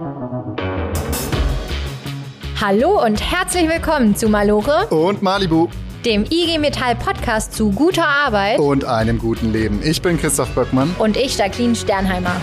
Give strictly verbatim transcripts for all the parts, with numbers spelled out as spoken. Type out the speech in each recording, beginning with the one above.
Hallo und herzlich willkommen zu Malore und Malibu, dem I G Metall Podcast zu guter Arbeit und einem guten Leben. Ich bin Christoph Böckmann. Und ich, Jacqueline Sternheimer.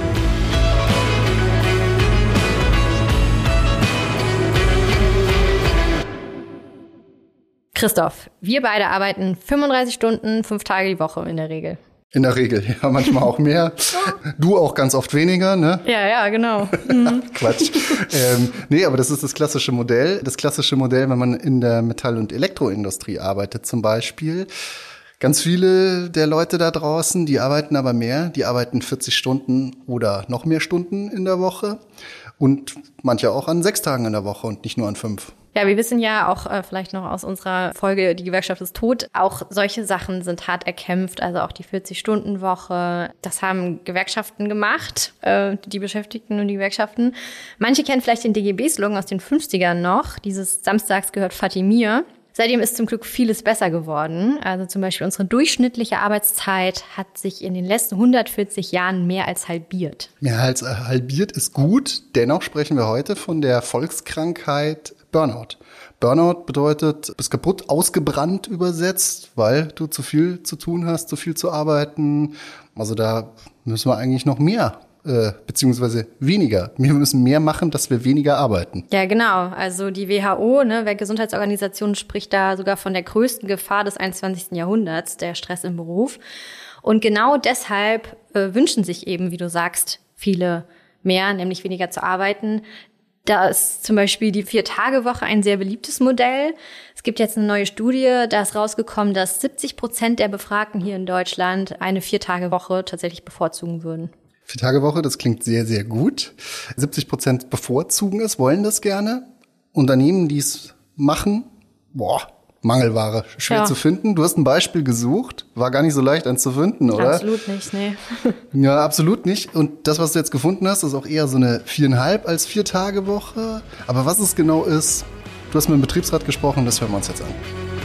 Christoph, wir beide arbeiten fünfunddreißig Stunden, fünf Tage die Woche in der Regel. In der Regel, ja, manchmal auch mehr. Du auch ganz oft weniger, ne? Ja, ja, genau. Mhm. Quatsch. ähm, nee, aber das ist das klassische Modell. Das klassische Modell, wenn man in der Metall- und Elektroindustrie arbeitet zum Beispiel. Ganz viele der Leute da draußen, die arbeiten aber mehr. Die arbeiten vierzig Stunden oder noch mehr Stunden in der Woche. Und manche auch an sechs Tagen in der Woche und nicht nur an fünf. Ja, wir wissen ja auch äh, vielleicht noch aus unserer Folge Die Gewerkschaft ist tot, auch solche Sachen sind hart erkämpft, also auch die vierzig-Stunden-Woche. Das haben Gewerkschaften gemacht, äh, die Beschäftigten und die Gewerkschaften. Manche kennen vielleicht den D G B-Slogan aus den fünfzigern noch, dieses Samstags gehört Fatimir. Seitdem ist zum Glück vieles besser geworden. Also zum Beispiel unsere durchschnittliche Arbeitszeit hat sich in den letzten hundertvierzig Jahren mehr als halbiert. Mehr als halbiert ist gut. Dennoch sprechen wir heute von der Volkskrankheit Burnout. Burnout bedeutet, bist kaputt, ausgebrannt übersetzt, weil du zu viel zu tun hast, zu viel zu arbeiten. Also da müssen wir eigentlich noch mehr Äh, beziehungsweise weniger. Wir müssen mehr machen, dass wir weniger arbeiten. Ja, genau. Also die W H O, ne, Weltgesundheitsorganisation, spricht da sogar von der größten Gefahr des einundzwanzigsten Jahrhunderts, der Stress im Beruf. Und genau deshalb äh, wünschen sich eben, wie du sagst, viele mehr, nämlich weniger zu arbeiten. Da ist zum Beispiel die Vier-Tage-Woche ein sehr beliebtes Modell. Es gibt jetzt eine neue Studie, da ist rausgekommen, dass siebzig Prozent der Befragten hier in Deutschland eine Vier-Tage-Woche tatsächlich bevorzugen würden. Vier-Tage-Woche, das klingt sehr, sehr gut. siebzig Prozent bevorzugen es, wollen das gerne. Unternehmen, die es machen, boah, Mangelware, schwer ja. zu finden. Du hast ein Beispiel gesucht, war gar nicht so leicht, eins zu finden, oder? Absolut nicht, nee. Ja, absolut nicht. Und das, was du jetzt gefunden hast, ist auch eher so eine viereinhalb als Vier-Tage-Woche. Aber was es genau ist, du hast mit dem Betriebsrat gesprochen, das hören wir uns jetzt an.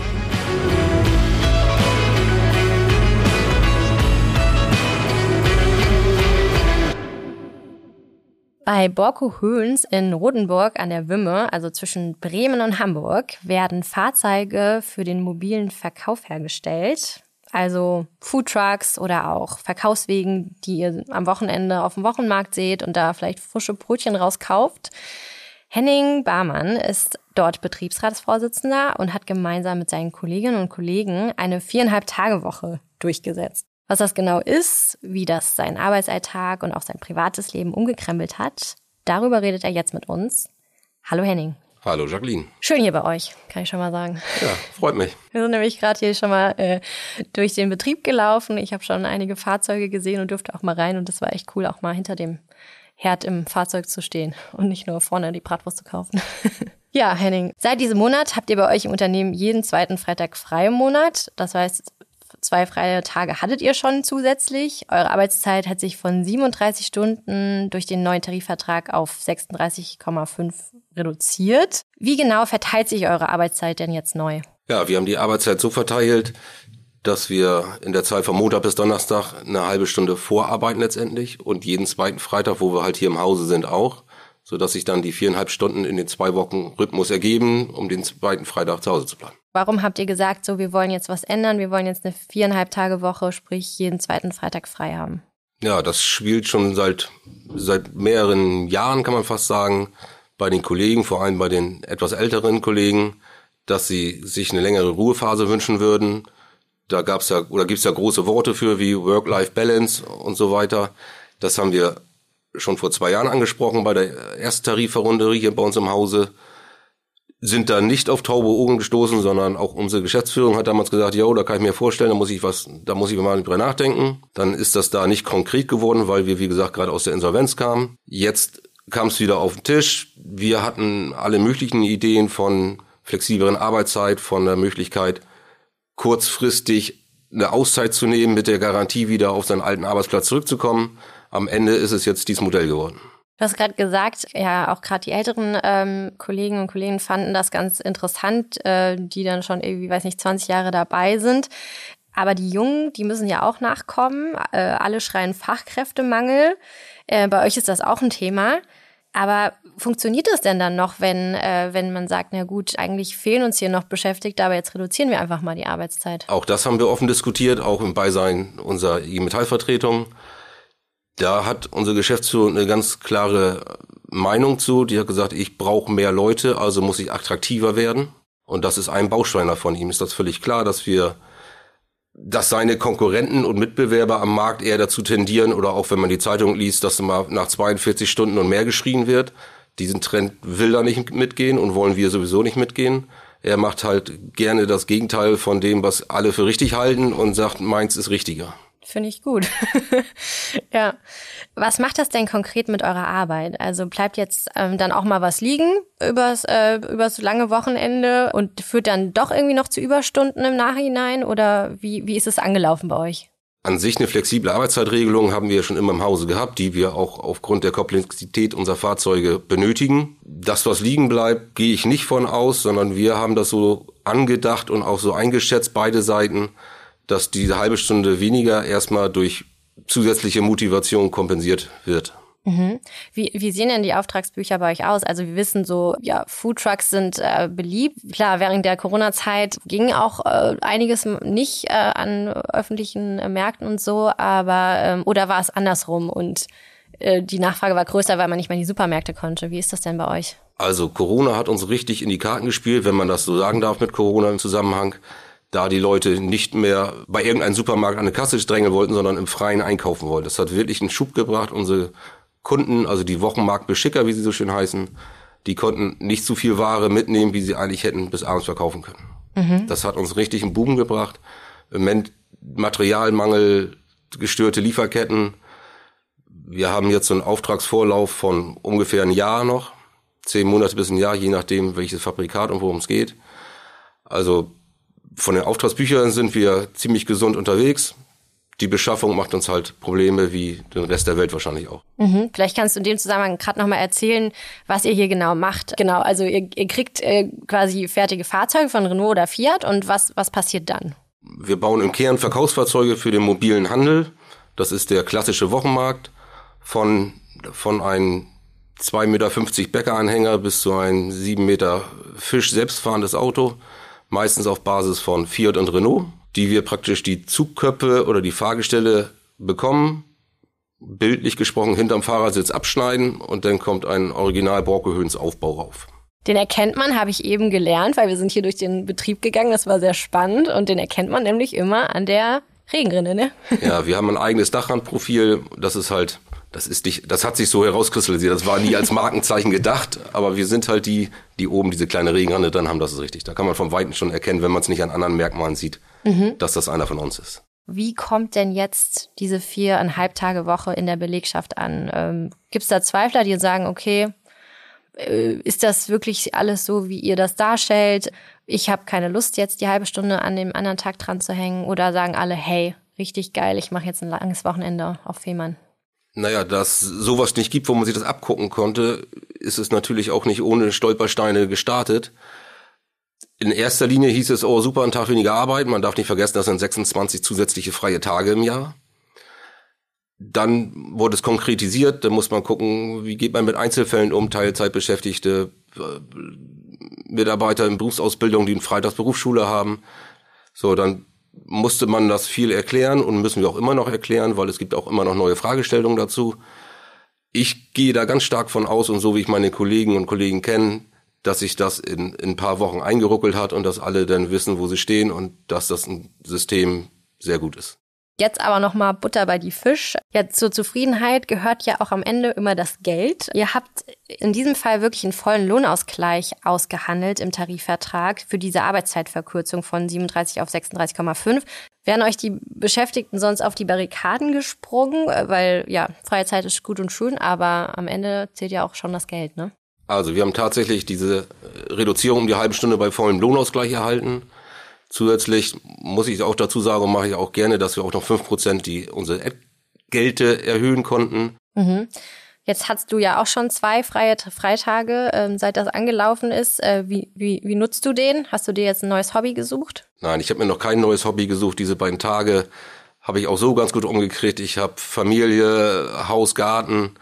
Bei Borco Höhlens in Rodenburg an der Wümme, also zwischen Bremen und Hamburg, werden Fahrzeuge für den mobilen Verkauf hergestellt. Also Foodtrucks oder auch Verkaufswegen, die ihr am Wochenende auf dem Wochenmarkt seht und da vielleicht frische Brötchen rauskauft. Henning Barmann ist dort Betriebsratsvorsitzender und hat gemeinsam mit seinen Kolleginnen und Kollegen eine Viereinhalb-Tage-Woche durchgesetzt. Was das genau ist, wie das seinen Arbeitsalltag und auch sein privates Leben umgekrempelt hat, darüber redet er jetzt mit uns. Hallo Henning. Hallo Jacqueline. Schön hier bei euch, kann ich schon mal sagen. Ja, freut mich. Wir sind nämlich gerade hier schon mal äh, durch den Betrieb gelaufen. Ich habe schon einige Fahrzeuge gesehen und durfte auch mal rein. Und das war echt cool, auch mal hinter dem Herd im Fahrzeug zu stehen und nicht nur vorne die Bratwurst zu kaufen. Ja, Henning, seit diesem Monat habt ihr bei euch im Unternehmen jeden zweiten Freitag frei im Monat. Das heißt, zwei freie Tage hattet ihr schon zusätzlich. Eure Arbeitszeit hat sich von siebenunddreißig Stunden durch den neuen Tarifvertrag auf sechsunddreißig Komma fünf reduziert. Wie genau verteilt sich eure Arbeitszeit denn jetzt neu? Ja, wir haben die Arbeitszeit so verteilt, dass wir in der Zeit von Montag bis Donnerstag eine halbe Stunde vorarbeiten letztendlich und jeden zweiten Freitag, wo wir halt hier im Hause sind, auch, sodass sich dann die viereinhalb Stunden in den zwei Wochen Rhythmus ergeben, um den zweiten Freitag zu Hause zu bleiben. Warum habt ihr gesagt, so wir wollen jetzt was ändern, wir wollen jetzt eine viereinhalb Tage Woche, sprich jeden zweiten Freitag frei haben? Ja, das spielt schon seit seit mehreren Jahren, kann man fast sagen, bei den Kollegen, vor allem bei den etwas älteren Kollegen, dass sie sich eine längere Ruhephase wünschen würden. Da gab's ja oder gibt's ja große Worte für wie Work-Life-Balance und so weiter. Das haben wir schon vor zwei Jahren angesprochen bei der ersten Tarifrunde hier bei uns im Hause. Sind da nicht auf taube Ohren gestoßen, sondern auch unsere Geschäftsführung hat damals gesagt, jo, da kann ich mir vorstellen, da muss ich was, da muss ich mal drüber nachdenken. Dann ist das da nicht konkret geworden, weil wir, wie gesagt, gerade aus der Insolvenz kamen. Jetzt kam es wieder auf den Tisch. Wir hatten alle möglichen Ideen von flexibleren Arbeitszeit, von der Möglichkeit, kurzfristig eine Auszeit zu nehmen, mit der Garantie wieder auf seinen alten Arbeitsplatz zurückzukommen. Am Ende ist es jetzt dieses Modell geworden. Du hast gerade gesagt, ja, auch gerade die älteren ähm, Kollegen und Kollegen fanden das ganz interessant, äh, die dann schon irgendwie, weiß nicht, zwanzig Jahre dabei sind. Aber die Jungen, die müssen ja auch nachkommen. Äh, alle schreien Fachkräftemangel. Äh, bei euch ist das auch ein Thema. Aber funktioniert es denn dann noch, wenn, äh, wenn man sagt, na gut, eigentlich fehlen uns hier noch Beschäftigte, aber jetzt reduzieren wir einfach mal die Arbeitszeit? Auch das haben wir offen diskutiert, auch im Beisein unserer I G Metall-Vertretung. Da hat unsere Geschäftsführung eine ganz klare Meinung zu. Die hat gesagt, ich brauche mehr Leute, also muss ich attraktiver werden. Und das ist ein Baustein davon. Ihm ist das völlig klar, dass wir, dass seine Konkurrenten und Mitbewerber am Markt eher dazu tendieren, oder auch wenn man die Zeitung liest, dass mal nach zweiundvierzig Stunden und mehr geschrien wird. Diesen Trend will er nicht mitgehen und wollen wir sowieso nicht mitgehen. Er macht halt gerne das Gegenteil von dem, was alle für richtig halten, und sagt, meins ist richtiger. Finde ich gut. Ja. Was macht das denn konkret mit eurer Arbeit? Also bleibt jetzt ähm, dann auch mal was liegen übers, äh, übers lange Wochenende und führt dann doch irgendwie noch zu Überstunden im Nachhinein? Oder wie, wie ist es angelaufen bei euch? An sich eine flexible Arbeitszeitregelung haben wir schon immer im Hause gehabt, die wir auch aufgrund der Komplexität unserer Fahrzeuge benötigen. Das, was liegen bleibt, gehe ich nicht von aus, sondern wir haben das so angedacht und auch so eingeschätzt, beide Seiten, dass diese halbe Stunde weniger erstmal durch zusätzliche Motivation kompensiert wird. Mhm. Wie, wie sehen denn die Auftragsbücher bei euch aus? Also wir wissen so, ja, Foodtrucks sind äh, beliebt. Klar, während der Corona-Zeit ging auch äh, einiges nicht äh, an öffentlichen äh, Märkten und so, aber ähm, oder war es andersrum und äh, die Nachfrage war größer, weil man nicht mehr in die Supermärkte konnte. Wie ist das denn bei euch? Also Corona hat uns richtig in die Karten gespielt, wenn man das so sagen darf mit Corona im Zusammenhang, da die Leute nicht mehr bei irgendeinem Supermarkt an eine Kasse drängen wollten, sondern im Freien einkaufen wollten. Das hat wirklich einen Schub gebracht. Unsere Kunden, also die Wochenmarktbeschicker, wie sie so schön heißen, die konnten nicht so viel Ware mitnehmen, wie sie eigentlich hätten bis abends verkaufen können. Mhm. Das hat uns richtig einen Boom gebracht. Im Moment Materialmangel, gestörte Lieferketten. Wir haben jetzt so einen Auftragsvorlauf von ungefähr ein Jahr noch. Zehn Monate bis ein Jahr, je nachdem, welches Fabrikat und worum es geht. Also von den Auftragsbüchern sind wir ziemlich gesund unterwegs. Die Beschaffung macht uns halt Probleme wie den Rest der Welt wahrscheinlich auch. Mhm. Vielleicht kannst du in dem Zusammenhang gerade nochmal erzählen, was ihr hier genau macht. Genau, also ihr, ihr kriegt äh, quasi fertige Fahrzeuge von Renault oder Fiat und was, was passiert dann? Wir bauen im Kern Verkaufsfahrzeuge für den mobilen Handel. Das ist der klassische Wochenmarkt. Von, von einem zwei Meter fünfzig Bäckeranhänger bis zu einem sieben Meter Fisch selbstfahrendes Auto. Meistens auf Basis von Fiat und Renault, die wir praktisch die Zugköpfe oder die Fahrgestelle bekommen, bildlich gesprochen hinterm Fahrersitz abschneiden und dann kommt ein Original Borke-Höhns Aufbau rauf. Den erkennt man, habe ich eben gelernt, weil wir sind hier durch den Betrieb gegangen, das war sehr spannend und den erkennt man nämlich immer an der Regenrinne, ne? Ja, wir haben ein eigenes Dachrandprofil, das ist halt, das ist nicht, das hat sich so herauskristallisiert, das war nie als Markenzeichen gedacht, aber wir sind halt die, die oben diese kleine Regenrinne drin haben, das ist richtig. Da kann man vom Weiten schon erkennen, wenn man es nicht an anderen Merkmalen sieht, mhm. dass das einer von uns ist. Wie kommt denn jetzt diese viereinhalb Tage Woche in der Belegschaft an? Ähm, Gibt es da Zweifler, die sagen, okay, äh, ist das wirklich alles so, wie ihr das darstellt? Ich habe keine Lust, jetzt die halbe Stunde an dem anderen Tag dran zu hängen. Oder sagen alle, hey, richtig geil, ich mache jetzt ein langes Wochenende auf Fehmarn. Naja, dass sowas nicht gibt, wo man sich das abgucken konnte, ist es natürlich auch nicht ohne Stolpersteine gestartet. In erster Linie hieß es, oh super, ein Tag weniger Arbeit. Man darf nicht vergessen, das sind sechsundzwanzig zusätzliche freie Tage im Jahr. Dann wurde es konkretisiert, dann muss man gucken, wie geht man mit Einzelfällen um, Teilzeitbeschäftigte, Mitarbeiter in Berufsausbildung, die eine Freitagsberufsschule haben. So, dann musste man das viel erklären und müssen wir auch immer noch erklären, weil es gibt auch immer noch neue Fragestellungen dazu. Ich gehe da ganz stark von aus und so wie ich meine Kollegen und Kollegen kenne, dass sich das in, in ein paar Wochen eingeruckelt hat und dass alle dann wissen, wo sie stehen und dass das ein System sehr gut ist. Jetzt aber nochmal Butter bei die Fisch. Ja, zur Zufriedenheit gehört ja auch am Ende immer das Geld. Ihr habt in diesem Fall wirklich einen vollen Lohnausgleich ausgehandelt im Tarifvertrag für diese Arbeitszeitverkürzung von siebenunddreißig auf sechsunddreißig Komma fünf. Wären euch die Beschäftigten sonst auf die Barrikaden gesprungen? Weil ja, freie Zeit ist gut und schön, aber am Ende zählt ja auch schon das Geld, ne? Also wir haben tatsächlich diese Reduzierung um die halbe Stunde bei vollem Lohnausgleich erhalten. Zusätzlich muss ich auch dazu sagen und mache ich auch gerne, dass wir auch noch fünf Prozent die unsere Entgelte erhöhen konnten. Mhm. Jetzt hast du ja auch schon zwei freie Freitage, ähm, seit das angelaufen ist. Äh, wie, wie, wie nutzt du den? Hast du dir jetzt ein neues Hobby gesucht? Nein, ich habe mir noch kein neues Hobby gesucht. Diese beiden Tage habe ich auch so ganz gut umgekriegt. Ich habe Familie, Haus, Garten.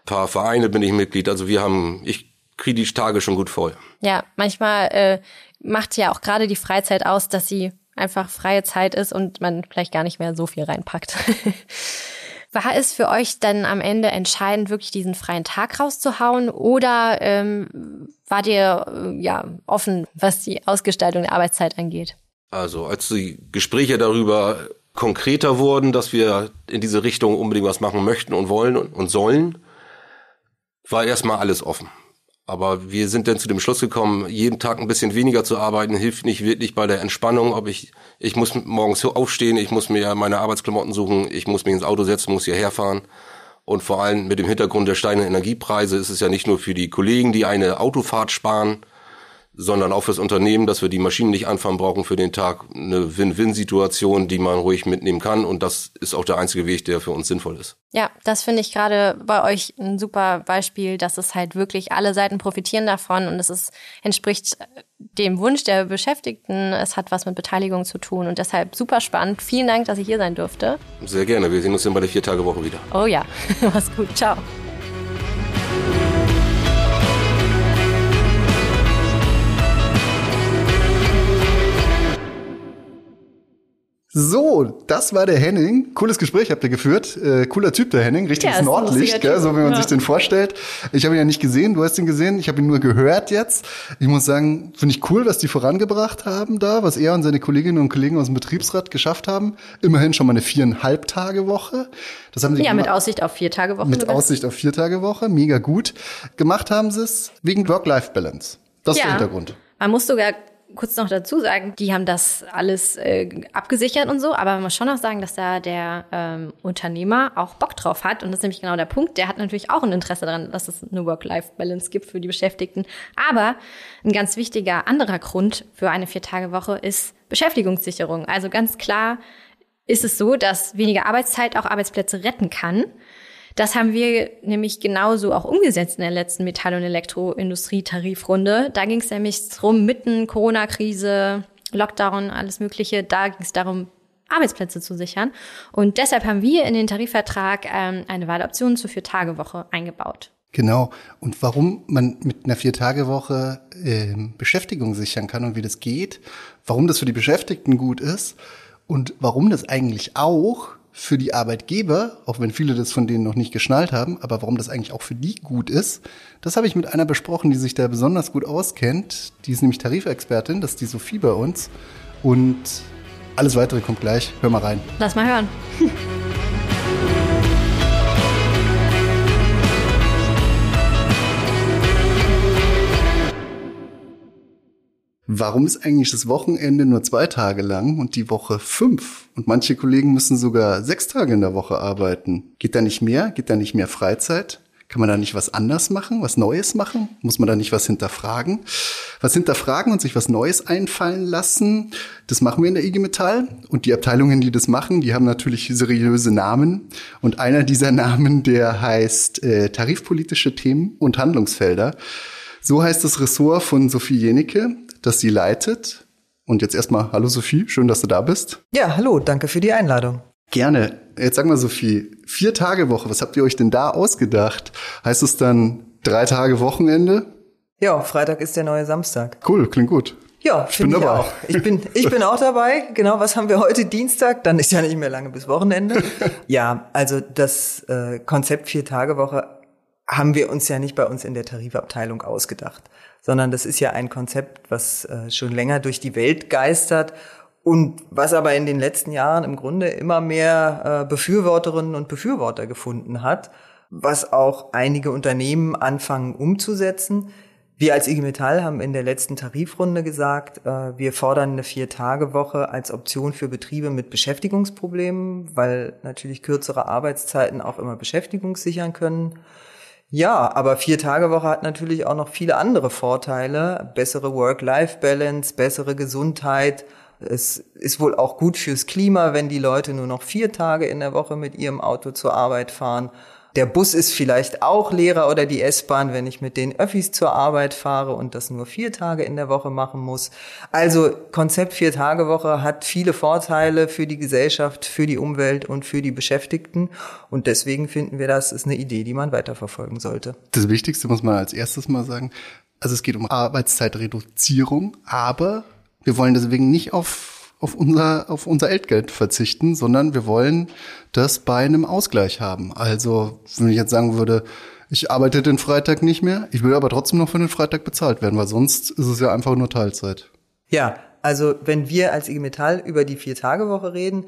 Ein paar Vereine bin ich Mitglied. Also wir haben, ich kriege die Tage schon gut voll. Ja, manchmal äh, macht ja auch gerade die Freizeit aus, dass sie einfach freie Zeit ist und man vielleicht gar nicht mehr so viel reinpackt. War es für euch dann am Ende entscheidend, wirklich diesen freien Tag rauszuhauen oder ähm, wart ihr äh, ja offen, was die Ausgestaltung der Arbeitszeit angeht? Also als die Gespräche darüber konkreter wurden, dass wir in diese Richtung unbedingt was machen möchten und wollen und, und sollen, war erstmal alles offen. Aber wir sind dann zu dem Schluss gekommen, jeden Tag ein bisschen weniger zu arbeiten, hilft nicht wirklich bei der Entspannung. Ob ich, ich muss morgens aufstehen, ich muss mir meine Arbeitsklamotten suchen, ich muss mich ins Auto setzen, muss hierher fahren. Und vor allem mit dem Hintergrund der steigenden Energiepreise ist es ja nicht nur für die Kollegen, die eine Autofahrt sparen, sondern auch fürs Unternehmen, dass wir die Maschinen nicht anfahren brauchen für den Tag. Eine Win-Win-Situation, die man ruhig mitnehmen kann. Und das ist auch der einzige Weg, der für uns sinnvoll ist. Ja, das finde ich gerade bei euch ein super Beispiel, dass es halt wirklich alle Seiten profitieren davon und es ist, entspricht dem Wunsch der Beschäftigten. Es hat was mit Beteiligung zu tun und deshalb super spannend. Vielen Dank, dass ich hier sein durfte. Sehr gerne. Wir sehen uns dann bei der Vier-Tage-Woche wieder. Oh ja, mach's gut. Ciao. So, das war der Henning. Cooles Gespräch habt ihr geführt. Äh, cooler Typ, der Henning. Richtiges ja, Nordlicht, gell, so wie man ja. sich den vorstellt. Ich habe ihn ja nicht gesehen, du hast ihn gesehen. Ich habe ihn nur gehört jetzt. Ich muss sagen, finde ich cool, was die vorangebracht haben da, was er und seine Kolleginnen und Kollegen aus dem Betriebsrat geschafft haben. Immerhin schon mal eine viereinhalb Tage Woche. Das haben sie ja, gemacht. mit Aussicht auf vier Tage Woche. Mit sogar. Aussicht auf vier Tage Woche. Mega gut. Gemacht haben sie es wegen Work-Life-Balance. Das ist ja, der Hintergrund. Man muss sogar kurz noch dazu sagen, die haben das alles äh, abgesichert und so, aber man muss schon noch sagen, dass da der ähm, Unternehmer auch Bock drauf hat und das ist nämlich genau der Punkt, der hat natürlich auch ein Interesse daran, dass es eine Work-Life-Balance gibt für die Beschäftigten, aber ein ganz wichtiger anderer Grund für eine Vier-Tage-Woche ist Beschäftigungssicherung. Also ganz klar ist es so, dass weniger Arbeitszeit auch Arbeitsplätze retten kann. Das haben wir nämlich genauso auch umgesetzt in der letzten Metall- und Elektroindustrie-Tarifrunde. Da ging es nämlich drum, mitten Corona-Krise, Lockdown, alles Mögliche, da ging es darum, Arbeitsplätze zu sichern. Und deshalb haben wir in den Tarifvertrag ähm, eine Wahloption zur Vier-Tage-Woche eingebaut. Genau. Und warum man mit einer Vier-Tage-Woche äh, Beschäftigung sichern kann und wie das geht, warum das für die Beschäftigten gut ist und warum das eigentlich auch für die Arbeitgeber, auch wenn viele das von denen noch nicht geschnallt haben, aber warum das eigentlich auch für die gut ist, das habe ich mit einer besprochen, die sich da besonders gut auskennt. Die ist nämlich Tarifexpertin, das ist die Sophie bei uns. Und alles Weitere kommt gleich. Hör mal rein. Lass mal hören. Warum ist eigentlich das Wochenende nur zwei Tage lang und die Woche fünf? Und manche Kollegen müssen sogar sechs Tage in der Woche arbeiten. Geht da nicht mehr? Geht da nicht mehr Freizeit? Kann man da nicht was anders machen, was Neues machen? Muss man da nicht was hinterfragen? Was hinterfragen und sich was Neues einfallen lassen, das machen wir in der I G Metall. Und die Abteilungen, die das machen, die haben natürlich seriöse Namen. Und einer dieser Namen, der heißt äh, tarifpolitische Themen und Handlungsfelder. So heißt das Ressort von Sophie Jenicke, das sie leitet. Und jetzt erstmal, hallo Sophie, schön, dass du da bist. Ja, hallo, danke für die Einladung. Gerne. Jetzt sag mal Sophie, vier Tage Woche, was habt ihr euch denn da ausgedacht? Heißt es dann drei Tage Wochenende? Ja, Freitag ist der neue Samstag. Cool, klingt gut. Ja, finde ich auch. Ich bin, ich bin auch dabei. Genau, was haben wir heute? Dienstag? Dann ist ja nicht mehr lange bis Wochenende. Ja, also das äh, Konzept Vier-Tage-Woche haben wir uns ja nicht bei uns in der Tarifabteilung ausgedacht, sondern das ist ja ein Konzept, was äh, schon länger durch die Welt geistert und was aber in den letzten Jahren im Grunde immer mehr äh, Befürworterinnen und Befürworter gefunden hat, was auch einige Unternehmen anfangen umzusetzen. Wir als I G Metall haben in der letzten Tarifrunde gesagt, äh, wir fordern eine Vier-Tage-Woche als Option für Betriebe mit Beschäftigungsproblemen, weil natürlich kürzere Arbeitszeiten auch immer Beschäftigung sichern können. Ja, aber Vier-Tage-Woche hat natürlich auch noch viele andere Vorteile. Bessere Work-Life-Balance, bessere Gesundheit. Es ist wohl auch gut fürs Klima, wenn die Leute nur noch vier Tage in der Woche mit ihrem Auto zur Arbeit fahren. Der Bus ist vielleicht auch leerer oder die S-Bahn, wenn ich mit den Öffis zur Arbeit fahre und das nur vier Tage in der Woche machen muss. Also Konzept Vier-Tage-Woche hat viele Vorteile für die Gesellschaft, für die Umwelt und für die Beschäftigten. Und deswegen finden wir, das ist eine Idee, die man weiterverfolgen sollte. Das Wichtigste muss man als erstes mal sagen. Also es geht um Arbeitszeitreduzierung, aber wir wollen deswegen nicht auf auf unser, auf unser Entgelt verzichten, sondern wir wollen das bei einem Ausgleich haben. Also, wenn ich jetzt sagen würde, ich arbeite den Freitag nicht mehr, ich will aber trotzdem noch für den Freitag bezahlt werden, weil sonst ist es ja einfach nur Teilzeit. Ja, also wenn wir als I G Metall über die Vier-Tage-Woche reden,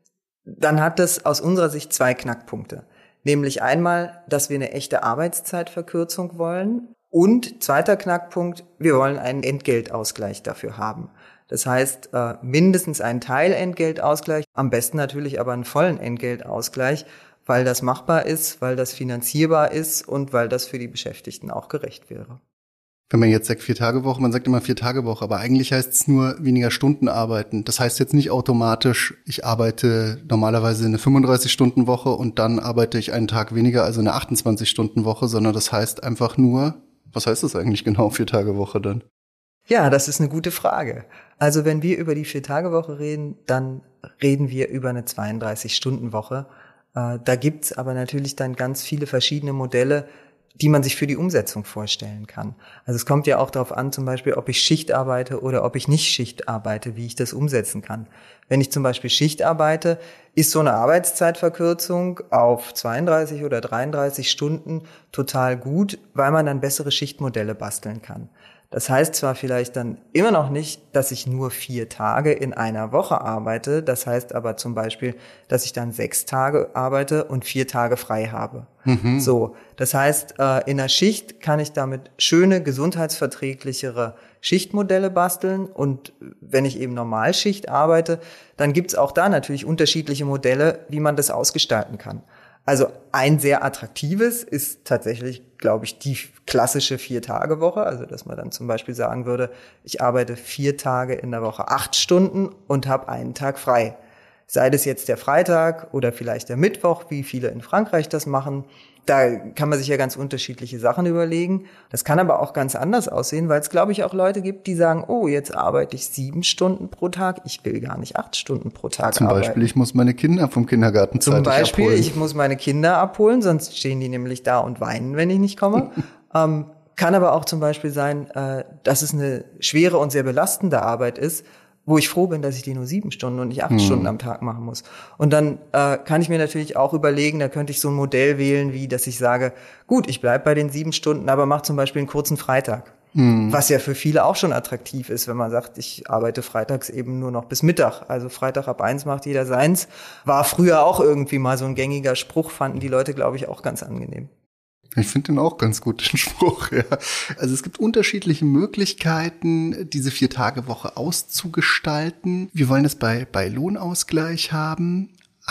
dann hat das aus unserer Sicht zwei Knackpunkte. Nämlich einmal, dass wir eine echte Arbeitszeitverkürzung wollen und zweiter Knackpunkt, wir wollen einen Entgeltausgleich dafür haben. Das heißt, äh, mindestens einen Teilentgeltausgleich, am besten natürlich aber einen vollen Entgeltausgleich, weil das machbar ist, weil das finanzierbar ist und weil das für die Beschäftigten auch gerecht wäre. Wenn man jetzt sagt Vier-Tage-Woche, man sagt immer Vier-Tage-Woche, aber eigentlich heißt es nur weniger Stunden arbeiten. Das heißt jetzt nicht automatisch, ich arbeite normalerweise eine fünfunddreißig-Stunden-Woche und dann arbeite ich einen Tag weniger, also eine achtundzwanzig-Stunden-Woche, sondern das heißt einfach nur, was heißt das eigentlich genau, Vier-Tage-Woche dann? Ja, das ist eine gute Frage. Also wenn wir über die Vier-Tage-Woche reden, dann reden wir über eine zweiunddreißig-Stunden-Woche. Äh, da gibt's aber natürlich dann ganz viele verschiedene Modelle, die man sich für die Umsetzung vorstellen kann. Also es kommt ja auch darauf an, zum Beispiel, ob ich Schicht arbeite oder ob ich nicht Schicht arbeite, wie ich das umsetzen kann. Wenn ich zum Beispiel Schicht arbeite, ist so eine Arbeitszeitverkürzung auf zweiunddreißig oder dreiunddreißig Stunden total gut, weil man dann bessere Schichtmodelle basteln kann. Das heißt zwar vielleicht dann immer noch nicht, dass ich nur vier Tage in einer Woche arbeite, das heißt aber zum Beispiel, dass ich dann sechs Tage arbeite und vier Tage frei habe. Mhm. So, das heißt, in der Schicht kann ich damit schöne, gesundheitsverträglichere Schichtmodelle basteln und wenn ich eben Normalschicht arbeite, dann gibt's auch da natürlich unterschiedliche Modelle, wie man das ausgestalten kann. Also ein sehr attraktives ist tatsächlich, glaube ich, die klassische Vier-Tage-Woche. Also dass man dann zum Beispiel sagen würde, ich arbeite vier Tage in der Woche acht Stunden und habe einen Tag frei. Sei das jetzt der Freitag oder vielleicht der Mittwoch, wie viele in Frankreich das machen. Da kann man sich ja ganz unterschiedliche Sachen überlegen. Das kann aber auch ganz anders aussehen, weil es, glaube ich, auch Leute gibt, die sagen, oh, jetzt arbeite ich sieben Stunden pro Tag. Ich will gar nicht acht Stunden pro Tag Zum arbeiten. Zum Beispiel, ich muss meine Kinder vom Kindergarten zeitig abholen. Zum Beispiel, abholen. ich muss meine Kinder abholen, sonst stehen die nämlich da und weinen, wenn ich nicht komme. ähm, kann aber auch zum Beispiel sein, äh, dass es eine schwere und sehr belastende Arbeit ist, wo ich froh bin, dass ich die nur sieben Stunden und nicht acht hm. Stunden am Tag machen muss. Und dann äh, kann ich mir natürlich auch überlegen, da könnte ich so ein Modell wählen, wie dass ich sage, gut, ich bleib bei den sieben Stunden, aber mach zum Beispiel einen kurzen Freitag. Hm. Was ja für viele auch schon attraktiv ist, wenn man sagt, ich arbeite freitags eben nur noch bis Mittag. Also Freitag ab eins macht jeder seins. War früher auch irgendwie mal so ein gängiger Spruch, fanden die Leute, glaube ich, auch ganz angenehm. Ich finde den auch ganz gut, den Spruch, ja. Also es gibt unterschiedliche Möglichkeiten, diese Vier-Tage-Woche auszugestalten. Wir wollen es bei, bei Lohnausgleich haben,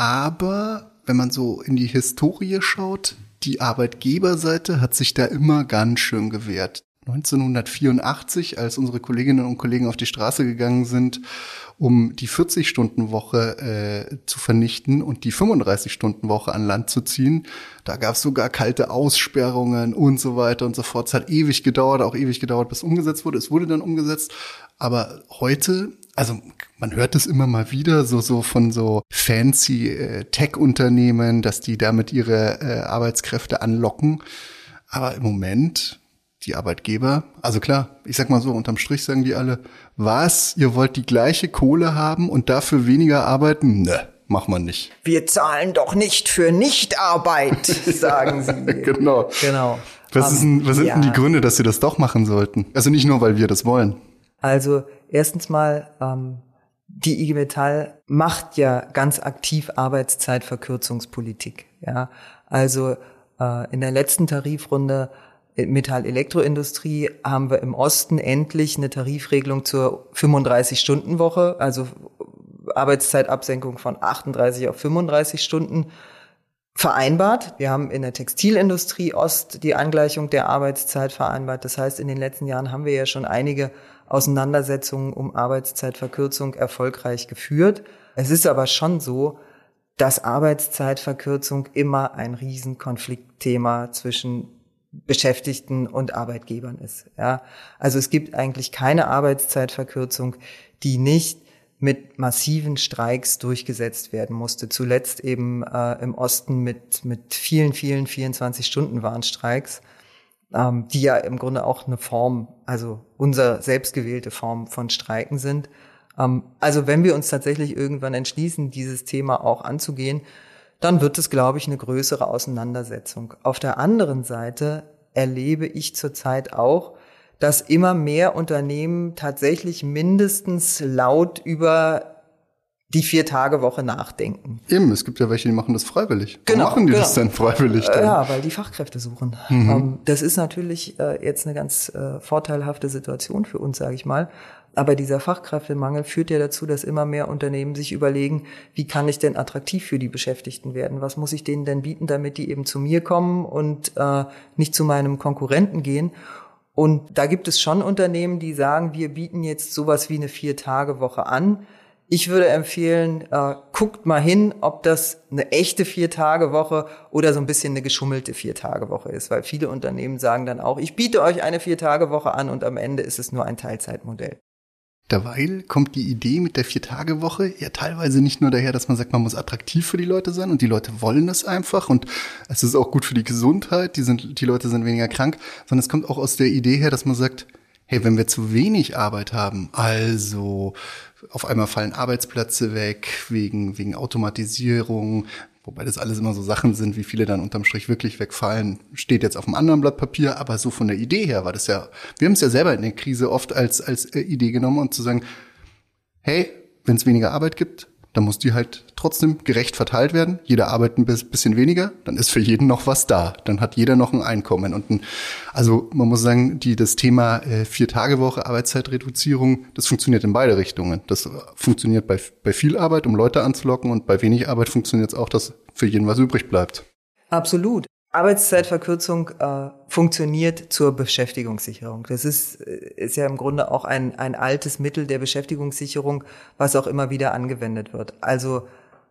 aber wenn man so in die Historie schaut, die Arbeitgeberseite hat sich da immer ganz schön gewehrt. neunzehnhundertvierundachtzig, als unsere Kolleginnen und Kollegen auf die Straße gegangen sind, um die vierzig-Stunden-Woche äh, zu vernichten und die fünfunddreißig-Stunden-Woche an Land zu ziehen. Da gab es sogar kalte Aussperrungen und so weiter und so fort. Es hat ewig gedauert, auch ewig gedauert, bis umgesetzt wurde. Es wurde dann umgesetzt. Aber heute, also man hört es immer mal wieder, so so von so fancy äh, Tech-Unternehmen, dass die damit ihre äh, Arbeitskräfte anlocken. Aber im Moment die Arbeitgeber, also klar, ich sag mal so, unterm Strich sagen die alle, was, ihr wollt die gleiche Kohle haben und dafür weniger arbeiten? Ne, macht man nicht. Wir zahlen doch nicht für Nichtarbeit, sagen sie. Genau. Genau. Was, um, ist denn, was sind ja. denn die Gründe, dass sie das doch machen sollten? Also nicht nur, weil wir das wollen. Also erstens mal, ähm, die I G Metall macht ja ganz aktiv Arbeitszeitverkürzungspolitik. Ja, also äh, in der letzten Tarifrunde Metall-Elektroindustrie haben wir im Osten endlich eine Tarifregelung zur fünfunddreißig-Stunden-Woche, also Arbeitszeitabsenkung von achtunddreißig auf fünfunddreißig Stunden vereinbart. Wir haben in der Textilindustrie Ost die Angleichung der Arbeitszeit vereinbart. Das heißt, in den letzten Jahren haben wir ja schon einige Auseinandersetzungen um Arbeitszeitverkürzung erfolgreich geführt. Es ist aber schon so, dass Arbeitszeitverkürzung immer ein Riesenkonfliktthema zwischen Beschäftigten und Arbeitgebern ist. Ja, also es gibt eigentlich keine Arbeitszeitverkürzung, die nicht mit massiven Streiks durchgesetzt werden musste. Zuletzt eben äh, im Osten mit mit vielen, vielen vierundzwanzig-Stunden-Warnstreiks, ähm, die ja im Grunde auch eine Form, also unsere selbstgewählte Form von Streiken sind. Ähm, also wenn wir uns tatsächlich irgendwann entschließen, dieses Thema auch anzugehen, dann wird es, glaube ich, eine größere Auseinandersetzung. Auf der anderen Seite erlebe ich zurzeit auch, dass immer mehr Unternehmen tatsächlich mindestens laut über die Vier-Tage-Woche nachdenken. Eben, es gibt ja welche, die machen das freiwillig. Genau, Warum machen die genau. das denn freiwillig dann? Ja, weil die Fachkräfte suchen. Mhm. Ähm, das ist natürlich äh, jetzt eine ganz äh, vorteilhafte Situation für uns, sage ich mal. Aber dieser Fachkräftemangel führt ja dazu, dass immer mehr Unternehmen sich überlegen, wie kann ich denn attraktiv für die Beschäftigten werden? Was muss ich denen denn bieten, damit die eben zu mir kommen und äh, nicht zu meinem Konkurrenten gehen? Und da gibt es schon Unternehmen, die sagen, wir bieten jetzt sowas wie eine Vier-Tage-Woche an. Ich würde empfehlen, äh, guckt mal hin, ob das eine echte Vier-Tage-Woche oder so ein bisschen eine geschummelte Vier-Tage-Woche ist. Weil viele Unternehmen sagen dann auch, ich biete euch eine Vier-Tage-Woche an und am Ende ist es nur ein Teilzeitmodell. Derweil kommt die Idee mit der Vier-Tage-Woche ja teilweise nicht nur daher, dass man sagt, man muss attraktiv für die Leute sein und die Leute wollen es einfach und es ist auch gut für die Gesundheit, die sind, die Leute sind weniger krank, sondern es kommt auch aus der Idee her, dass man sagt, hey, wenn wir zu wenig Arbeit haben, also auf einmal fallen Arbeitsplätze weg wegen, wegen Automatisierung, wobei das alles immer so Sachen sind, wie viele dann unterm Strich wirklich wegfallen, steht jetzt auf einem anderen Blatt Papier, aber so von der Idee her war das ja, wir haben es ja selber in der Krise oft als als Idee genommen und zu sagen, hey, wenn es weniger Arbeit gibt, dann muss die halt trotzdem gerecht verteilt werden. Jeder arbeitet ein bisschen weniger, dann ist für jeden noch was da. Dann hat jeder noch ein Einkommen. Und ein, also man muss sagen, die das Thema äh, Vier-Tage-Woche, Arbeitszeitreduzierung, das funktioniert in beide Richtungen. Das funktioniert bei bei viel Arbeit, um Leute anzulocken, und bei wenig Arbeit funktioniert es auch, dass für jeden was übrig bleibt. Absolut. Arbeitszeitverkürzung äh, funktioniert zur Beschäftigungssicherung. Das ist, ist ja im Grunde auch ein, ein altes Mittel der Beschäftigungssicherung, was auch immer wieder angewendet wird. Also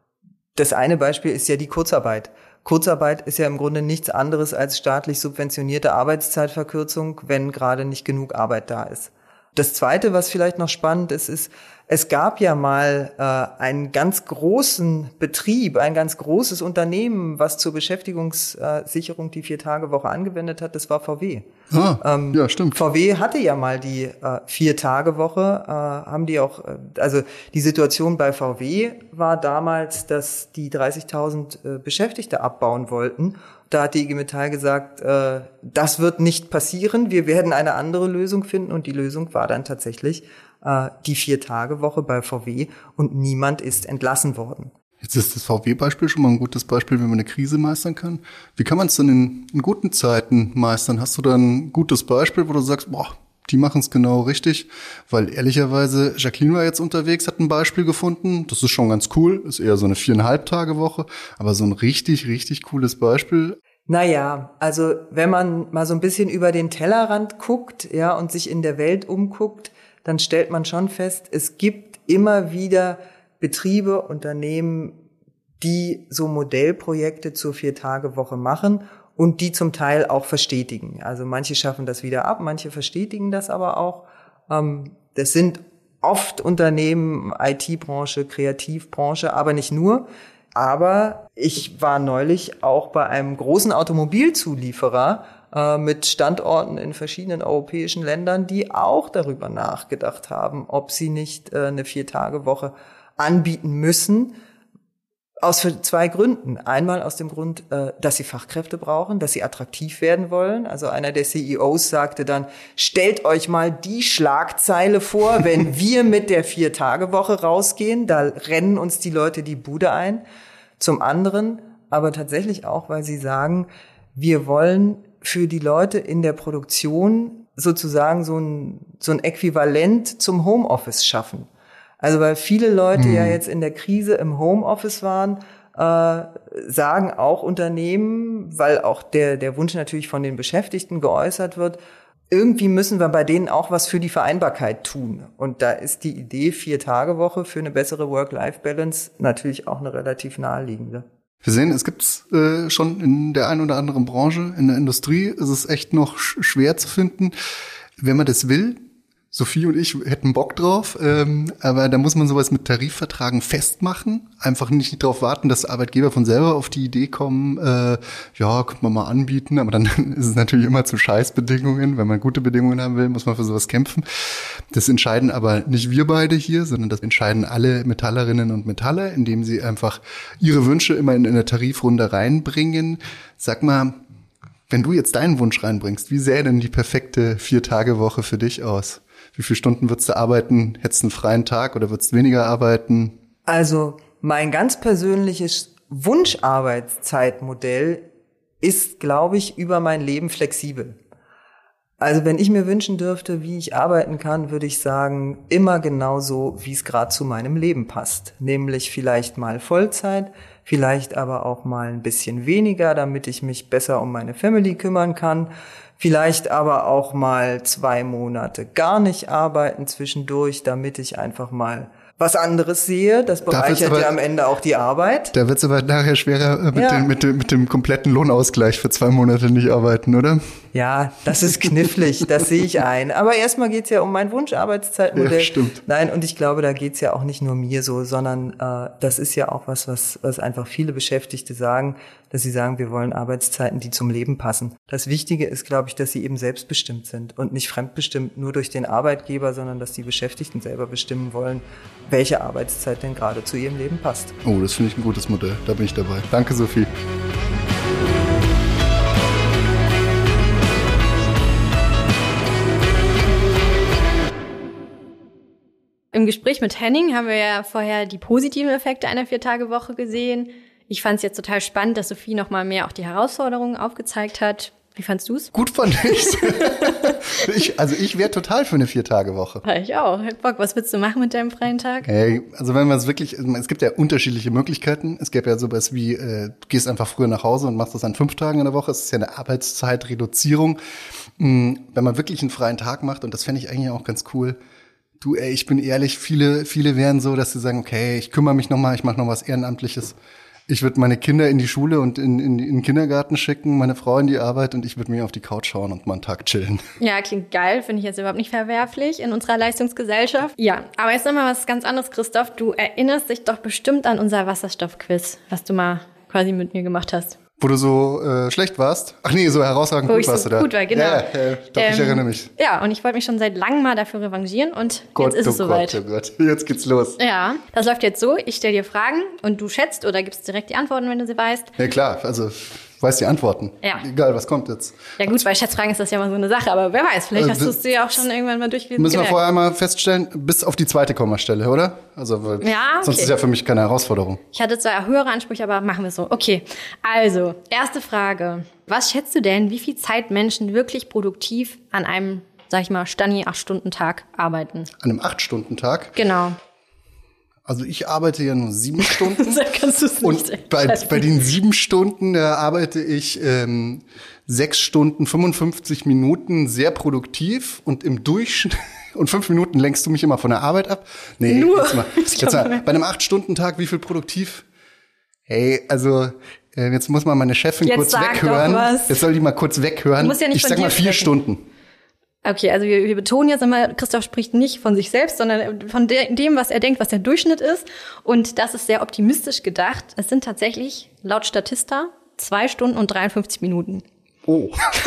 das eine Beispiel ist ja die Kurzarbeit. Kurzarbeit ist ja im Grunde nichts anderes als staatlich subventionierte Arbeitszeitverkürzung, wenn gerade nicht genug Arbeit da ist. Das Zweite, was vielleicht noch spannend ist, ist, es gab ja mal äh, einen ganz großen Betrieb, ein ganz großes Unternehmen, was zur Beschäftigungssicherung die Vier-Tage-Woche angewendet hat. Das war V W. Ah, ähm, ja, stimmt. V W hatte ja mal die äh, Vier-Tage-Woche, äh, haben die auch, äh, also die Situation bei V W war damals, dass die dreißigtausend äh, Beschäftigte abbauen wollten. Da hat die I G Metall gesagt, äh, das wird nicht passieren, wir werden eine andere Lösung finden. Und die Lösung war dann tatsächlich äh, die Vier-Tage-Woche bei V W und niemand ist entlassen worden. Jetzt ist das V W-Beispiel schon mal ein gutes Beispiel, wie man eine Krise meistern kann. Wie kann man es denn in, in guten Zeiten meistern? Hast du da ein gutes Beispiel, wo du sagst, boah, die machen es genau richtig? Weil ehrlicherweise, Jacqueline war jetzt unterwegs, hat ein Beispiel gefunden. Das ist schon ganz cool, ist eher so eine viereinhalb Tage Woche, aber so ein richtig, richtig cooles Beispiel. Naja, also wenn man mal so ein bisschen über den Tellerrand guckt, ja, und sich in der Welt umguckt, dann stellt man schon fest, es gibt immer wieder Betriebe, Unternehmen, die so Modellprojekte zur Vier-Tage-Woche machen und die zum Teil auch verstetigen. Also manche schaffen das wieder ab, manche verstetigen das aber auch. Das sind oft Unternehmen, I T-Branche, Kreativbranche, aber nicht nur. Aber ich war neulich auch bei einem großen Automobilzulieferer äh, mit Standorten in verschiedenen europäischen Ländern, die auch darüber nachgedacht haben, ob sie nicht äh, eine Vier-Tage-Woche anbieten müssen. Aus zwei Gründen. Einmal aus dem Grund, äh, dass sie Fachkräfte brauchen, dass sie attraktiv werden wollen. Also einer der C E Os sagte dann, stellt euch mal die Schlagzeile vor, wenn wir mit der Vier-Tage-Woche rausgehen, da rennen uns die Leute die Bude ein. Zum anderen aber tatsächlich auch, weil sie sagen, wir wollen für die Leute in der Produktion sozusagen so ein, so ein Äquivalent zum Homeoffice schaffen. Also weil viele Leute hm. ja jetzt in der Krise im Homeoffice waren, äh, sagen auch Unternehmen, weil auch der der Wunsch natürlich von den Beschäftigten geäußert wird, irgendwie müssen wir bei denen auch was für die Vereinbarkeit tun. Und da ist die Idee Vier-Tage-Woche für eine bessere Work-Life-Balance natürlich auch eine relativ naheliegende. Wir sehen, es gibt's äh, schon in der einen oder anderen Branche, in der Industrie ist es echt noch sch- schwer zu finden. Wenn man das will, Sophie und ich hätten Bock drauf, ähm, aber da muss man sowas mit Tarifvertragen festmachen. Einfach nicht darauf warten, dass Arbeitgeber von selber auf die Idee kommen, äh, ja, könnte man mal anbieten, aber dann ist es natürlich immer zu Scheißbedingungen. Wenn man gute Bedingungen haben will, muss man für sowas kämpfen. Das entscheiden aber nicht wir beide hier, sondern das entscheiden alle Metallerinnen und Metaller, indem sie einfach ihre Wünsche immer in eine Tarifrunde reinbringen. Sag mal, wenn du jetzt deinen Wunsch reinbringst, wie sähe denn die perfekte Vier-Tage-Woche für dich aus? Wie viele Stunden würdest du arbeiten? Hättest du einen freien Tag oder würdest du weniger arbeiten? Also mein ganz persönliches Wunscharbeitszeitmodell ist, glaube ich, über mein Leben flexibel. Also wenn ich mir wünschen dürfte, wie ich arbeiten kann, würde ich sagen, immer genauso, wie es gerade zu meinem Leben passt. Nämlich vielleicht mal Vollzeit, vielleicht aber auch mal ein bisschen weniger, damit ich mich besser um meine Family kümmern kann. Vielleicht aber auch mal zwei Monate gar nicht arbeiten zwischendurch, damit ich einfach mal was anderes sehe. Das bereichert ja am Ende auch die Arbeit. Da wird es aber nachher schwerer mit, Ja. dem, mit, dem, mit dem kompletten Lohnausgleich für zwei Monate nicht arbeiten, oder? Ja, das ist knifflig, das sehe ich ein. Aber erstmal geht's ja um mein Wunscharbeitszeitmodell. Ja, stimmt. Nein, und ich glaube, da geht's ja auch nicht nur mir so, sondern äh, das ist ja auch was, was, was einfach viele Beschäftigte sagen, dass sie sagen, wir wollen Arbeitszeiten, die zum Leben passen. Das Wichtige ist, glaube ich, dass sie eben selbstbestimmt sind und nicht fremdbestimmt nur durch den Arbeitgeber, sondern dass die Beschäftigten selber bestimmen wollen, welche Arbeitszeit denn gerade zu ihrem Leben passt. Oh, das finde ich ein gutes Modell. Da bin ich dabei. Danke, Sophie. Im Gespräch mit Henning haben wir ja vorher die positiven Effekte einer Vier-Tage-Woche gesehen. Ich fand es jetzt total spannend, dass Sophie noch mal mehr auch die Herausforderungen aufgezeigt hat. Wie fandst du's? Gut fand ich's. ich. Also ich wäre total für eine Vier-Tage-Woche. Ja, ich auch. Hätt Bock. Was willst du machen mit deinem freien Tag? Hey, also wenn man es wirklich, es gibt ja unterschiedliche Möglichkeiten. Es gäbe ja sowas wie, äh, du gehst einfach früher nach Hause und machst das an fünf Tagen in der Woche. Es ist ja eine Arbeitszeitreduzierung. Wenn man wirklich einen freien Tag macht, und das fände ich eigentlich auch ganz cool. Du, ey, ich bin ehrlich, viele, viele wären so, dass sie sagen, okay, ich kümmere mich nochmal, ich mache noch was Ehrenamtliches. Ich würde meine Kinder in die Schule und in, in, in den Kindergarten schicken, meine Frau in die Arbeit und ich würde mir auf die Couch schauen und mal einen Tag chillen. Ja, klingt geil, finde ich jetzt überhaupt nicht verwerflich in unserer Leistungsgesellschaft. Ja, aber jetzt nochmal was ganz anderes, Christoph. Du erinnerst dich doch bestimmt an unser Wasserstoffquiz, was du mal quasi mit mir gemacht hast. Wo du so äh, schlecht warst? Ach nee, so herausragend Wo gut ich so warst du da. gut war, genau. Ja, ja, doch, ich Ähm, erinnere mich. Ja, und ich wollte mich schon seit langem mal dafür revanchieren und Gott, jetzt ist es oh soweit. Gott, oh Gott, jetzt geht's los. Ja, das läuft jetzt so, ich stelle dir Fragen und du schätzt oder gibst direkt die Antworten, wenn du sie weißt. Ja klar, also weiß die Antworten. Ja. Egal, was kommt jetzt. Ja gut, bei Schätzfragen ist das ja mal so eine Sache, aber wer weiß, vielleicht Äh, hast du es dir ja auch schon irgendwann mal durchgelesen. Müssen wir gemerkt. vorher einmal feststellen, bis auf die zweite Kommastelle, oder? Also weil Ja, okay. sonst ist ja für mich keine Herausforderung. Ich hatte zwar höhere Ansprüche, aber machen wir es so. Okay, also, erste Frage. Was schätzt du denn, wie viel Zeit Menschen wirklich produktiv an einem, sag ich mal, Stani-acht-Stunden-Tag arbeiten? An einem acht-Stunden-Tag. Genau. Also ich arbeite ja nur sieben Stunden. So kannst du es nicht. Und bei, bei den sieben Stunden, da arbeite ich ähm, sechs Stunden, fünfundfünfzig Minuten sehr produktiv und im Durchschnitt, und fünf Minuten lenkst du mich immer von der Arbeit ab. Nee, Nur? jetzt mal, Ich jetzt glaub, mal, bei einem acht-Stunden-Tag, wie viel produktiv? Hey, also äh, jetzt muss mal meine Chefin Jetzt kurz sag weghören. doch was. Jetzt soll die mal kurz weghören. Du musst ja nicht ich von sag dir mal vier sprechen. Stunden. Okay, also wir, wir betonen jetzt einmal, Christoph spricht nicht von sich selbst, sondern von de- dem, was er denkt, was der Durchschnitt ist. Und das ist sehr optimistisch gedacht. Es sind tatsächlich, laut Statista, zwei Stunden und dreiundfünfzig Minuten. Oh.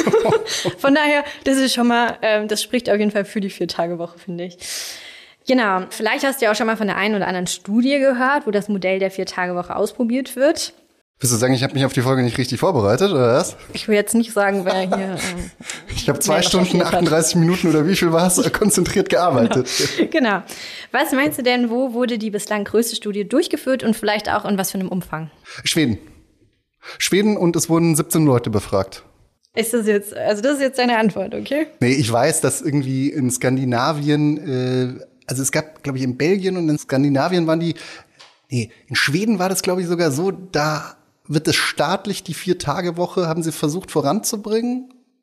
Von daher, das ist schon mal, ähm, das spricht auf jeden Fall für die Vier-Tage-Woche, finde ich. Genau, vielleicht hast du ja auch schon mal von der einen oder anderen Studie gehört, wo das Modell der Vier-Tage-Woche ausprobiert wird. Willst du sagen, ich habe mich auf die Folge nicht richtig vorbereitet, oder was? Ich will jetzt nicht sagen, wer hier... Ähm, Ich habe zwei wer Stunden, recherchiert hat. achtunddreißig Minuten oder wie viel war es, konzentriert gearbeitet. Genau. Was meinst du denn, wo wurde die bislang größte Studie durchgeführt und vielleicht auch in was für einem Umfang? Schweden. Schweden und es wurden siebzehn Leute befragt. Ist das jetzt, also das ist jetzt deine Antwort, okay? Nee, ich weiß, dass irgendwie in Skandinavien, äh, also es gab, glaube ich, in Belgien und in Skandinavien waren die, nee, in Schweden war das, glaube ich, sogar so, da wird es staatlich die Vier-Tage-Woche, haben sie versucht voranzubringen.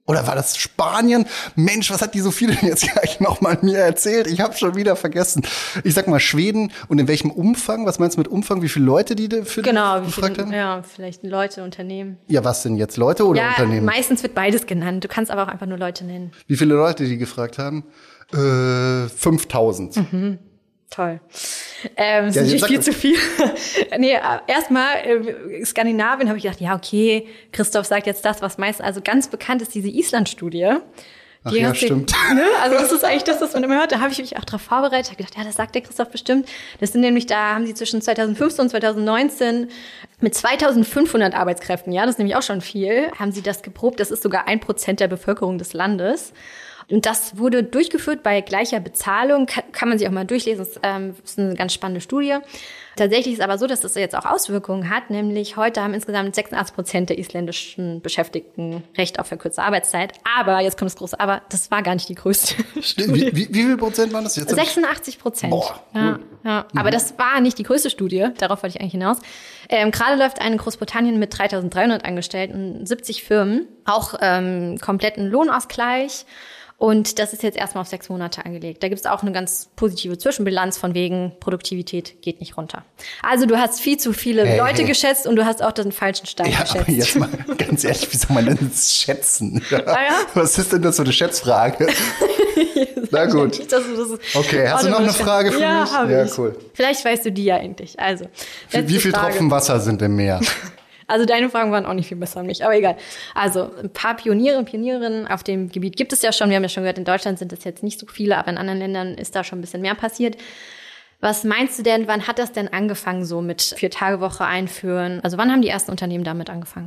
Oder war das Spanien? Mensch, was hat die Sophie denn jetzt gleich nochmal mir erzählt? Ich habe schon wieder vergessen. Ich sag mal Schweden. Und in welchem Umfang? Was meinst du mit Umfang? Wie viele Leute die für genau, die wie gefragt viele, haben? Ja, vielleicht Leute, Unternehmen. Ja, was denn jetzt? Leute oder ja, Unternehmen? Meistens wird beides genannt. Du kannst aber auch einfach nur Leute nennen. Wie viele Leute die gefragt haben? Äh, fünftausend. Mhm. Toll. Ähm, das Ja, ist natürlich viel das. zu viel. nee, erstmal äh, Skandinavien habe ich gedacht, ja, okay, Christoph sagt jetzt das, was meist, also ganz bekannt ist diese Island-Studie. Ach ja, hast du- stimmt. Ne? Also das ist eigentlich das, was man immer hört. Da habe ich mich auch drauf vorbereitet. Habe gedacht, ja, das sagt der Christoph bestimmt. Das sind nämlich, da haben sie zwischen zweitausendfünfzehn und zweitausendneunzehn mit zweitausendfünfhundert Arbeitskräften, ja, das ist nämlich auch schon viel, haben sie das geprobt. Das ist sogar ein Prozent der Bevölkerung des Landes. Und das wurde durchgeführt bei gleicher Bezahlung. Kann, kann man sich auch mal durchlesen. Das ähm, ist eine ganz spannende Studie. Tatsächlich ist es aber so, dass das jetzt auch Auswirkungen hat. Nämlich heute haben insgesamt sechsundachtzig Prozent der isländischen Beschäftigten Recht auf verkürzte Arbeitszeit. Aber, jetzt kommt das große Aber, das war gar nicht die größte Studie. Wie, wie, wie viel Prozent waren das jetzt? sechsundachtzig Prozent. Boah, ja, cool. ja. Aber das war nicht die größte Studie. Darauf wollte ich eigentlich hinaus. Ähm, gerade läuft eine in Großbritannien mit dreitausenddreihundert Angestellten, siebzig Firmen, auch ähm, kompletten Lohnausgleich. Und das ist jetzt erstmal auf sechs Monate angelegt. Da gibt es auch eine ganz positive Zwischenbilanz von wegen Produktivität geht nicht runter. Also du hast viel zu viele Hey, Leute hey. geschätzt und du hast auch den falschen Stein Ja, geschätzt. aber jetzt mal ganz ehrlich, wie soll man denn das schätzen? Ja. Ah ja? Was ist denn das für eine Schätzfrage? Na gut. Nicht, dass du das Okay, hast du noch eine Frage für ja, mich? Hab Ja, ich. cool. Vielleicht weißt du die ja endlich. Also, Wie, letzte wie viel Frage. Tropfen Wasser sind im Meer? Also deine Fragen waren auch nicht viel besser an mich, aber egal. Also ein paar Pioniere und Pionierinnen auf dem Gebiet gibt es ja schon. Wir haben ja schon gehört, in Deutschland sind es jetzt nicht so viele, aber in anderen Ländern ist da schon ein bisschen mehr passiert. Was meinst du denn, wann hat das denn angefangen so mit Vier-Tage-Woche einführen? Also wann haben die ersten Unternehmen damit angefangen?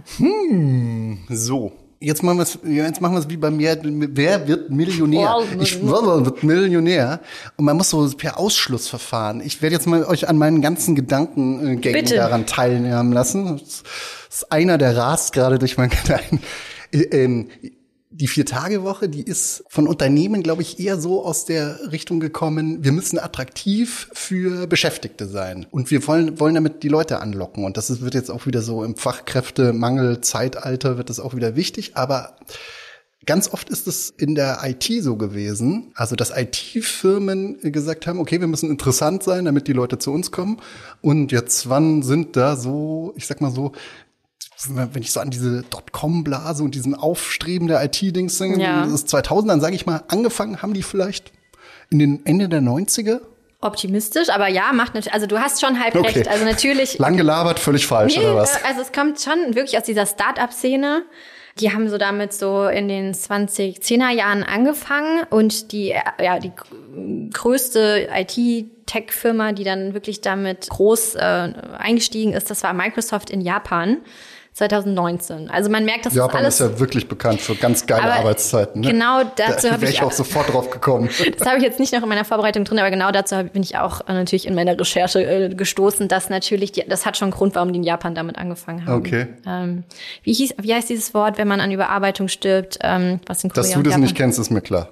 So. Jetzt machen wir es, jetzt machen wir es wie bei mir. Wer wird Millionär? Wow. Ich wird Millionär. Und man muss so per Ausschlussverfahren. Ich werde jetzt mal euch an meinen ganzen Gedankengängen Bitte. daran teilnehmen lassen. Das ist einer, der rast gerade durch meinen Gedanken. Ähm, Die Vier-Tage-Woche, die ist von Unternehmen, glaube ich, eher so aus der Richtung gekommen, wir müssen attraktiv für Beschäftigte sein. Und wir wollen, wollen damit die Leute anlocken. Und das ist, wird jetzt auch wieder so im Fachkräftemangel, Zeitalter wird das auch wieder wichtig. Aber ganz oft ist es in der I T so gewesen, also dass I T-Firmen gesagt haben, okay, wir müssen interessant sein, damit die Leute zu uns kommen. Und jetzt, wann sind da so, ich sag mal so, wenn ich so an diese Dotcom-Blase und diesen Aufstreben der I T-Dings denke, Ja. das ist zweitausend, dann sage ich mal, angefangen haben die vielleicht in den Ende der neunziger? Optimistisch, aber ja, macht natürlich, also du hast schon halb Okay. recht. Also natürlich. Lang gelabert, völlig falsch, Nee, oder was? äh, also es kommt schon wirklich aus dieser Start-up-Szene. Die haben so damit so in den zwanzig-zehner Jahren angefangen und die, äh, ja, die g- größte I T-Tech-Firma, die dann wirklich damit groß äh, eingestiegen ist, das war Microsoft in Japan zweitausendneunzehn. Also man merkt, dass Japan das ist alles. ja wirklich bekannt für ganz geile Aber Arbeitszeiten. Ne? genau dazu Da habe wäre ich ich auch sofort drauf gekommen. Das habe ich jetzt nicht noch in meiner Vorbereitung drin, aber genau dazu hab- bin ich auch äh, natürlich in meiner Recherche äh, gestoßen, dass natürlich, die, das hat schon einen Grund, warum die in Japan damit angefangen haben. Okay. Ähm, wie, hieß, wie heißt dieses Wort, wenn man an Überarbeitung stirbt, ähm, was in Korea Dass du und das Japan? nicht kennst, ist mir klar.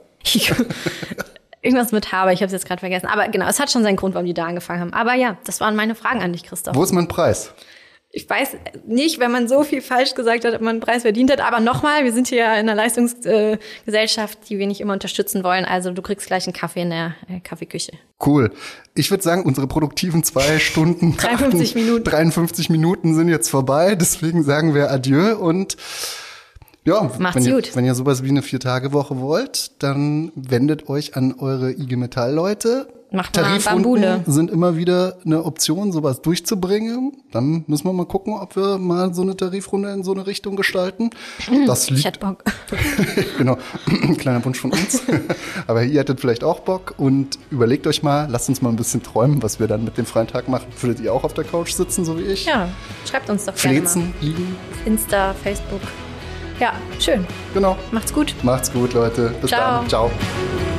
Irgendwas mit H, aber ich habe es jetzt gerade vergessen. Aber genau, es hat schon seinen Grund, warum die da angefangen haben. Aber ja, das waren meine Fragen an dich, Christoph. Wo ist mein Preis? Ich weiß nicht, wenn man so viel falsch gesagt hat, ob man einen Preis verdient hat. Aber nochmal, wir sind hier ja in einer Leistungsgesellschaft, die wir nicht immer unterstützen wollen. Also du kriegst gleich einen Kaffee in der äh, Kaffeeküche. Cool. Ich würde sagen, unsere produktiven zwei Stunden, dreiundfünfzig Minuten. dreiundfünfzig Minuten sind jetzt vorbei. Deswegen sagen wir Adieu und ja, Macht's wenn ihr, gut. wenn ihr sowas wie eine Vier-Tage-Woche wollt, dann wendet euch an eure I G Metall-Leute. Macht mal Tarifrunden Bambule. sind immer wieder eine Option, sowas durchzubringen. Dann müssen wir mal gucken, ob wir mal so eine Tarifrunde in so eine Richtung gestalten. Das Ich liegt hätte Bock. genau, kleiner Wunsch von uns. Aber ihr hättet vielleicht auch Bock und überlegt euch mal, lasst uns mal ein bisschen träumen, was wir dann mit dem freien Tag machen. Würdet ihr auch auf der Couch sitzen, so wie ich? Ja, schreibt uns doch gerne mal. Flezen, liegen. Insta, Facebook. Ja, schön. Genau. Macht's gut. Macht's gut, Leute. Bis Ciao. dann. Ciao.